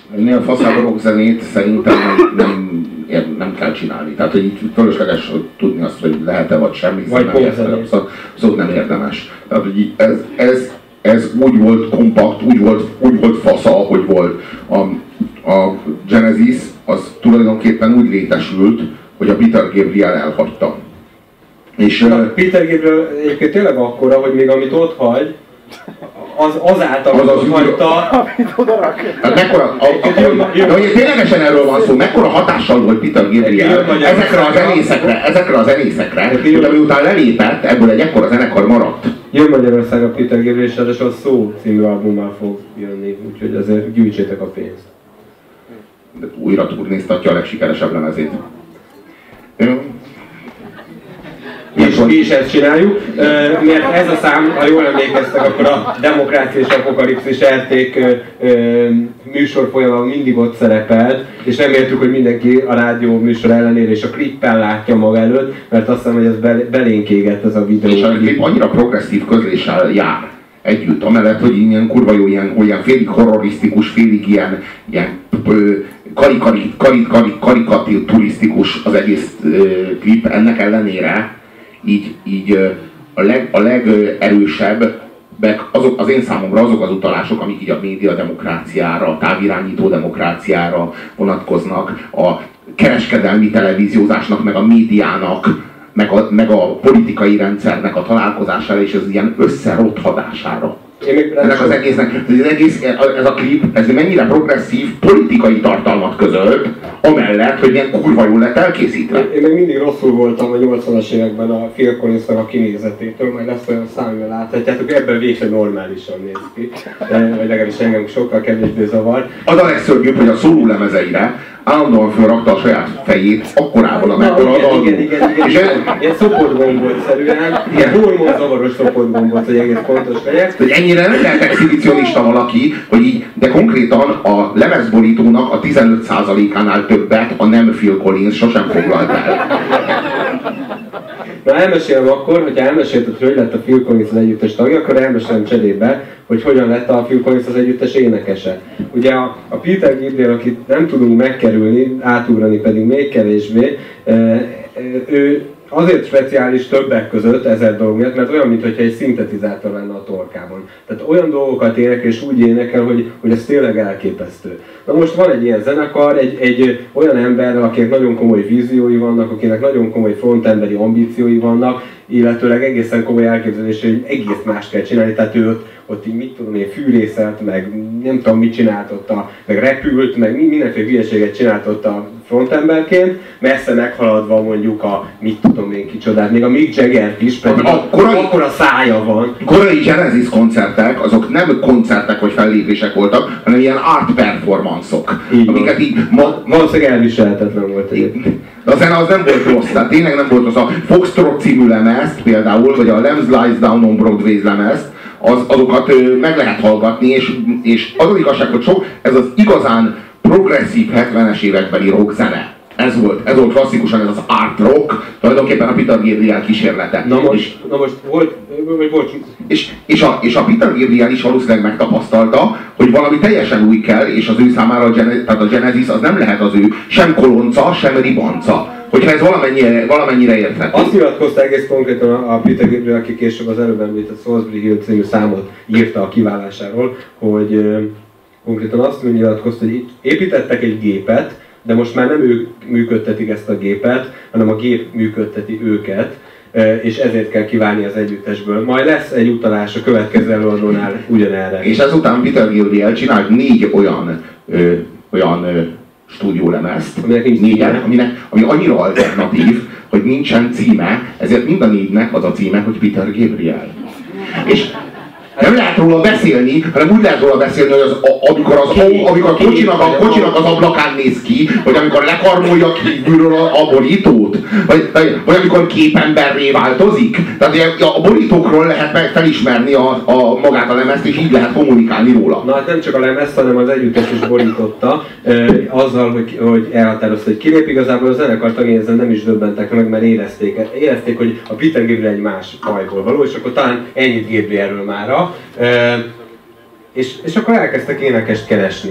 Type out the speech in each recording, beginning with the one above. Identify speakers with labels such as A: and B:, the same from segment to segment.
A: Ennél faszább rockzenét szerintem nem kell csinálni. Tehát, hogy így fölösleges tudni azt, hogy lehet-e vagy semmi, szóval nem érdemes. Tehát, hogy ez úgy volt kompakt, úgy volt fasza, hogy volt. A Genesis az tulajdonképpen úgy létesült, hogy a Peter Gabriel elhagyta. És
B: Peter Gabriel egyébként tényleg akkora, hogy még amit ott hagy, azáltal, hogy ott hagyta...
A: Hát mekkora, ténylegesen erről van szó, mekkora hatással volt Peter Gabriel ezekre a zenészekre, hogy amiután lelépett, ebből egy ekkora zenekar maradt.
B: Jön Magyarországra Peter Gabriel, és ráadásul a Szó című albummal fog jönni, úgyhogy azért gyűjtsétek a pénzt.
A: De újra turnéztatja a legsikeresebb lemezét.
B: Mi is ezt csináljuk, mert ez a szám, ha jól emlékeztek, akkor a Demokrácia és Apokalipszis RT műsor folyamán mindig ott szerepelt, és reméltük, hogy mindenki a rádió műsor ellenére és a klippen látja maga előtt, mert azt hiszem, hogy ez belénk égett ez a videó.
A: És a klip annyira progresszív közléssel jár együtt, amellett, hogy ilyen kurva jó, ilyen félig horrorisztikus, félig ilyen karikaturisztikus az egész klip, ennek ellenére így a legerősebbek az én számomra azok az utalások, amik így a média demokráciára, a távirányító demokráciára vonatkoznak, a kereskedelmi televíziózásnak, meg a médiának, meg a politikai rendszernek a találkozására és az ilyen összerothadására. Ennek az egésznek, ez a klip, ez mennyire progresszív politikai tartalmat közölt, amellett, hogy ilyen kurva jól lett elkészítve.
B: Én meg mindig rosszul voltam a 80-as években a Phil Collinsnak a kinézetétől, majd lesz olyan szám, amivel láthatjátok, ebben végre normálisan néz ki. Vagy legalábbis engem sokkal kevésbé zavar.
A: Az a legszörnyűbb, hogy a szólólemezeire állandóan fölrakta a saját fejét akkorában, amekkora az album.
B: Igen. Ilyen szoportgombot-szerűen, ilyen hormonzavaros szoportgombot, hogy egész pontos legyek.
A: Hogy ennyire nem lehet exhibicionista valaki, hogy így, de konkrétan a lemezborítónak a 15%-ánál többet a nem Phil Collins sosem foglalt el.
B: Na elmesélem akkor, hogyha elmesélted, hogy lett a Phil Collins az együttes tagja, akkor elmesélem cserébe, hogy hogyan lett a Phil Collins az együttes énekese. Ugye a Peter Gabriel, akit nem tudunk megkerülni, átugrani pedig még kevésbé, ő azért speciális többek között 1000 dolog miatt, mert olyan, mintha egy szintetizátor lenne a torkában. Tehát olyan dolgokat énekel és úgy énekel, hogy ez tényleg elképesztő. Na most van egy ilyen zenekar, egy olyan emberrel, akinek nagyon komoly víziói vannak, akinek nagyon komoly frontemberi ambíciói vannak, illetőleg egészen komoly elképzelés, hogy egész más kell csinálni, tehát ő ott így mit tudom én, fűrészelt, meg nem tudom mit csinált ott, meg repült, meg mindenféle hülyeséget csinált ott a frontemberként, messze meghaladva mondjuk a mit tudom én kicsodát, még a Mick Jaggert is, pedig akkor a szája van.
A: Korai Genesis koncertek, azok nem koncertek vagy fellépések voltak, hanem ilyen art performance-ok. Amiket így
B: valószínűleg elviselhetetlen volt egyébként.
A: De a zene az nem volt rossz, tehát tényleg nem volt rossz. A Foxtrot című lemezt például, vagy a Lambs Lies Down on Broadway lemezt, azokat meg lehet hallgatni, és az az igazság, hogy ez az igazán progresszív 70-es évekbeli rockzene. Ez volt klasszikusan ez az art rock, tulajdonképpen a Peter Gabriel kísérlete.
B: Na most volt.
A: És a Peter Gabriel is valószínűleg megtapasztalta, hogy valami teljesen új kell, és az ő számára a Genesis az nem lehet az ő sem kolonca, sem ribanca. Hogyha ez valamennyire érthető.
B: Azt nyilatkozta egész konkrétan a Peter Gabriel, aki később az előbb említett Salisbury Hill című számot írta a kiválásáról, hogy konkrétan azt nyilatkozta, hogy építettek egy gépet, de most már nem ők működtetik ezt a gépet, hanem a gép működteti őket, és ezért kell kiválni az együttesből. Majd lesz egy utalás a következő előadónál ugyanerre.
A: És ezután Peter Gabriel csinált 4 olyan stúdiólemezt, ami annyira alternatív, hogy nincsen címe, ezért mind a 4-nek az a címe, hogy Peter Gabriel. És nem lehet róla beszélni, hanem úgy lehet róla beszélni, hogy amikor a kocsinak az ablakán néz ki, vagy amikor lekarmolja kívülről a borítót, vagy amikor képemberré változik. Tehát a borítókról lehet felismerni magát a lemezt, és így lehet kommunikálni róla.
B: Na hát nem csak a lemezt, hanem az együttes is borította, azzal, hogy elhatározta, hogy kilép. Igazából a zenekar tagjai ezen nem is döbbentek meg, mert érezték, hogy a Peter Gabriel egy más fajból való, és akkor talán ennyit Gabrielről mára. És akkor elkezdtek énekest keresni.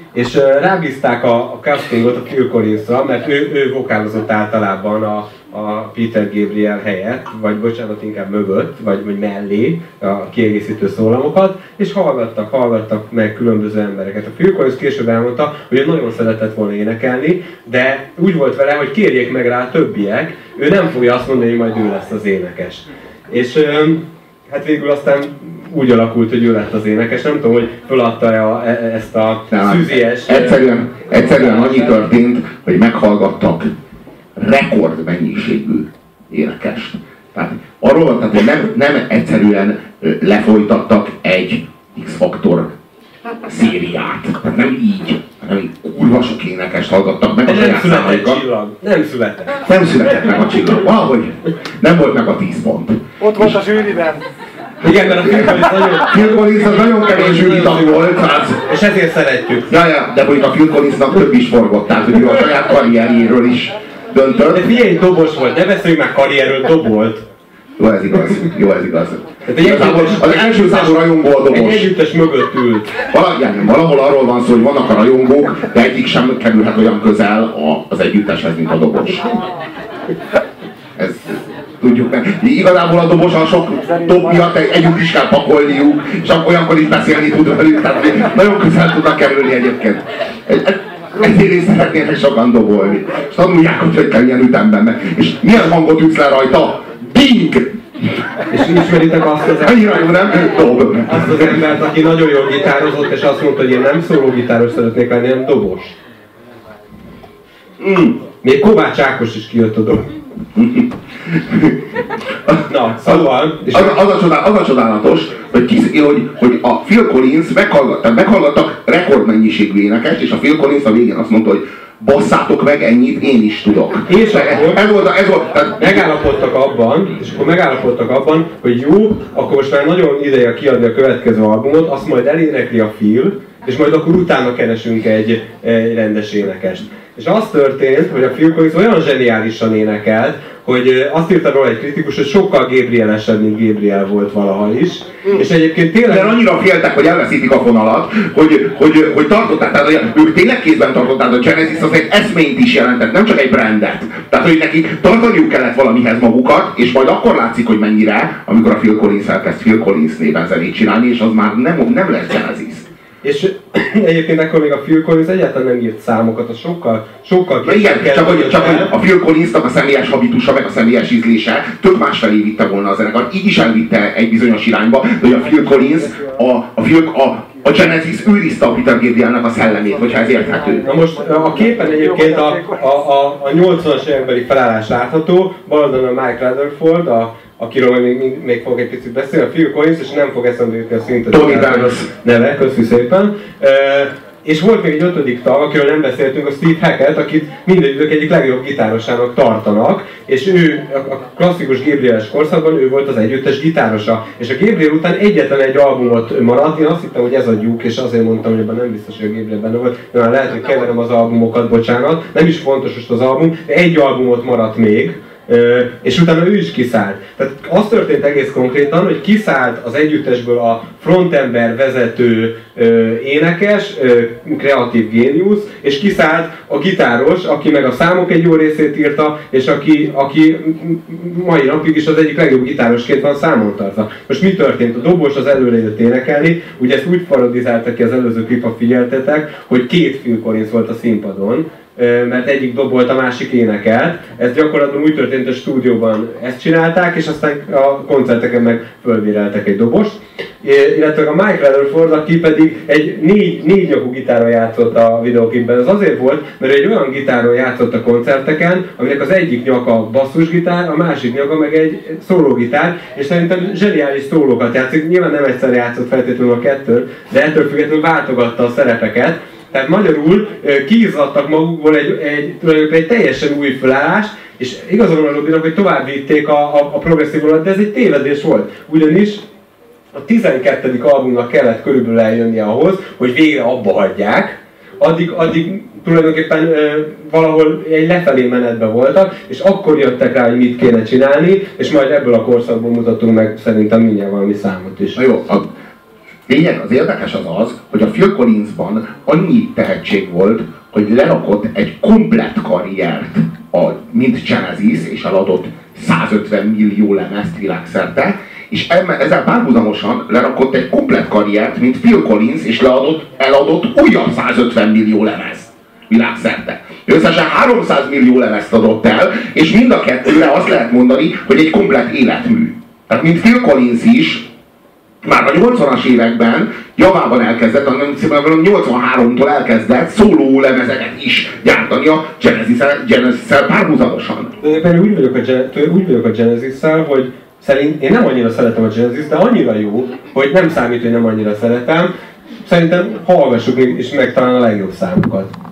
B: és rábízták a castingot a Phil Collinsra, mert ő vokálozott általában a Peter Gabriel helyett, vagy bocsánat, inkább mögött, vagy mellé a kiegészítő szólamokat, és hallgattak meg különböző embereket. A Phil Collins később elmondta, hogy ő nagyon szeretett volna énekelni, de úgy volt vele, hogy kérjék meg rá a többiek, ő nem fogja azt mondani, hogy majd ő lesz az énekes. És hát végül aztán úgy alakult, hogy ő lett az énekes. Nem tudom, hogy feladta ezt a szűzies...
A: Egyszerűen annyi történt, hogy meghallgattak rekordmennyiségű énekest. Tehát arról, hogy nem egyszerűen lefolytattak egy X-Faktor szériát. Tehát nem így, hanem kurva sok énekest hallgattak meg a saját számaikat. Nem született meg a csillag. Valahogy nem volt meg a 10 pont.
C: Ott volt a zsűriben.
B: Igen, mert a
A: Phil Collins az nagyon kevés zsűritag volt.
B: És ezért szeretjük.
A: Ja, de mondjuk a Phil Collinsnak több is forgott, tehát hogy ő a saját karrierjéről is döntött.
B: De figyelj, dobos volt, ne beszéljünk már karrierről, dobolt.
A: Jó, ez igaz. Az első számú rajongó a dobos.
B: Egy együttes mögött ült.
A: Valahol arról van szó, hogy vannak a rajongók, de egyik sem kerülhet olyan közel az együtteshez, mint a dobos. Ez tudjuk meg. Igazából a dobos a sok dob miatt együtt is kell pakolniuk, és olyankor is beszélni tud velük, tehát nagyon közel tudnak kerülni egyébként. Ezért szeretnének sokan dobolni. És tanulják, hogy kell ilyen ütemben meg. És milyen hangot ütsz le rajta? Ding!
B: És ismeritek azt az embert, aki nagyon jól gitározott, és azt mondta, hogy én nem szólógitáros szeretnék lenni, hanem dobos. Még Kovács Ákos is kijött a dob. Na, szóval...
A: Az a csodálatos, hogy a Phil Collins meghallgattak rekordmennyiségű énekest, és a Phil Collins a végén azt mondta, hogy basszátok meg, ennyit én is tudok.
B: És ez volt, megállapodtak abban, hogy jó, akkor most már nagyon ideje kiadni a következő albumot, azt majd elénekli a Phil, és majd akkor utána keresünk egy rendes énekest. És az történt, hogy a Phil Collins olyan zseniálisan énekelt, hogy azt írta róla egy kritikus, hogy sokkal Gabrielesebb, mint Gabriel volt valaha is. És egyébként tényleg...
A: De annyira féltek, hogy elveszítik a fonalat, hogy tartották, tehát ők tényleg kézben tartották, a Genesis az egy eszményt is jelentett, nem csak egy brandet. Tehát, hogy nekik tartaniuk kellett valamihez magukat, és majd akkor látszik, hogy mennyire, amikor a Phil Collins elkezd Phil Collins néven zenét csinálni, és az már nem lesz Genesis.
B: És egyébként akkor még a Phil Collins egyáltalán nem írt számokat, az sokkal
A: igen, csak hogy a Phil Collinsnak a személyes habitusa, meg a személyes ízlése tök másfelé vitte volna a zenekar. Így is elvitte egy bizonyos irányba, de hogy a Phil Collins, a Genesis őrizte a Peter Gabrielnek a szellemét, hogyha ez érthető.
B: Na most a képen egyébként a 80-as évekbeli felállás látható, bal oldalon a Mike Rutherford, akiről még fogok egy picit beszélni, a Phil Collins, és nem fog eszembe jutni a szintetizátor neve, köszi szépen. És volt még egy 5. tag, akiről nem beszéltünk, a Steve Hackett, akit mindegyik egyik legjobb gitárosának tartanak, és ő a klasszikus Gabriel-es korszakban ő volt az együttes gitárosa. És a Gabriel után egyetlen egy albumot maradt, én azt hittem, hogy ez a Duke, és azért mondtam, hogy ebben nem biztos, hogy a Gabriel benne volt, de már lehet, hogy keverem az albumokat, bocsánat, nem is fontos most az album, de egy albumot maradt még, és utána ő is kiszállt. Tehát az történt egész konkrétan, hogy kiszállt az együttesből a frontember, vezető énekes, kreatív géniusz, és kiszállt a gitáros, aki meg a számok egy jó részét írta, és aki mai napig is az egyik legjobb gitárosként van számon tartva. Most mi történt? A dobos az előre jött énekelni, ugye ezt úgy parodizálta ki az előző klip, ha figyeltetek, hogy 2 Phil Collins volt a színpadon, mert egyik dobolt, a másik énekelt. Ez gyakorlatilag úgy történt, a stúdióban ezt csinálták, és aztán a koncerteken meg fölvéreltek egy dobost. Illetve a Mike Rutherford, aki pedig egy négy nyakú gitárral játszott a videóklipben. Ez azért volt, mert egy olyan gitárral játszott a koncerteken, aminek az egyik nyaka basszusgitár, a másik nyaka meg egy szólógitár, és szerintem zseniális szólókat játszik. Nyilván nem egyszer játszott feltétlenül a kettőn, de ettől függetlenül váltogatta a szerepeket. Tehát magyarul kiizzadtak magukból egy teljesen új felállást, és igazán a Robinak, hogy tovább vitték a progresszív vonalat, de ez egy tévedés volt. Ugyanis a 12. albumnak kellett körülbelül eljönnie ahhoz, hogy végre abba hagyják, addig tulajdonképpen valahol egy lefelé menetben voltak, és akkor jöttek rá, hogy mit kéne csinálni, és majd ebből a korszakból mutatunk meg szerintem mindjárt valami számot is.
A: Na jó, lényeg, az érdekes az, hogy a Phil Collinsban annyi tehetség volt, hogy lerakott egy komplett karriert, mint Genesis, és eladott 150 millió lemezt világszerte, és ezzel párhuzamosan lerakott egy komplett karriert, mint Phil Collins, és eladott újabb 150 millió lemezt világszerte. Összesen 300 millió lemezt adott el, és mind a kettőre azt lehet mondani, hogy egy komplett életmű. Tehát mint Phil Collins is, már a 80-as években javában elkezdett, a 83-tól elkezdett szóló lemezeket is gyártani a Genesis-szel párhuzamosan.
B: Én úgy vagyok a Genesis-szel, hogy én nem annyira szeretem a Genesis, de annyira jó, hogy nem számít, hogy nem annyira szeretem. Szerintem hallgassuk és meg talán a legjobb számokat.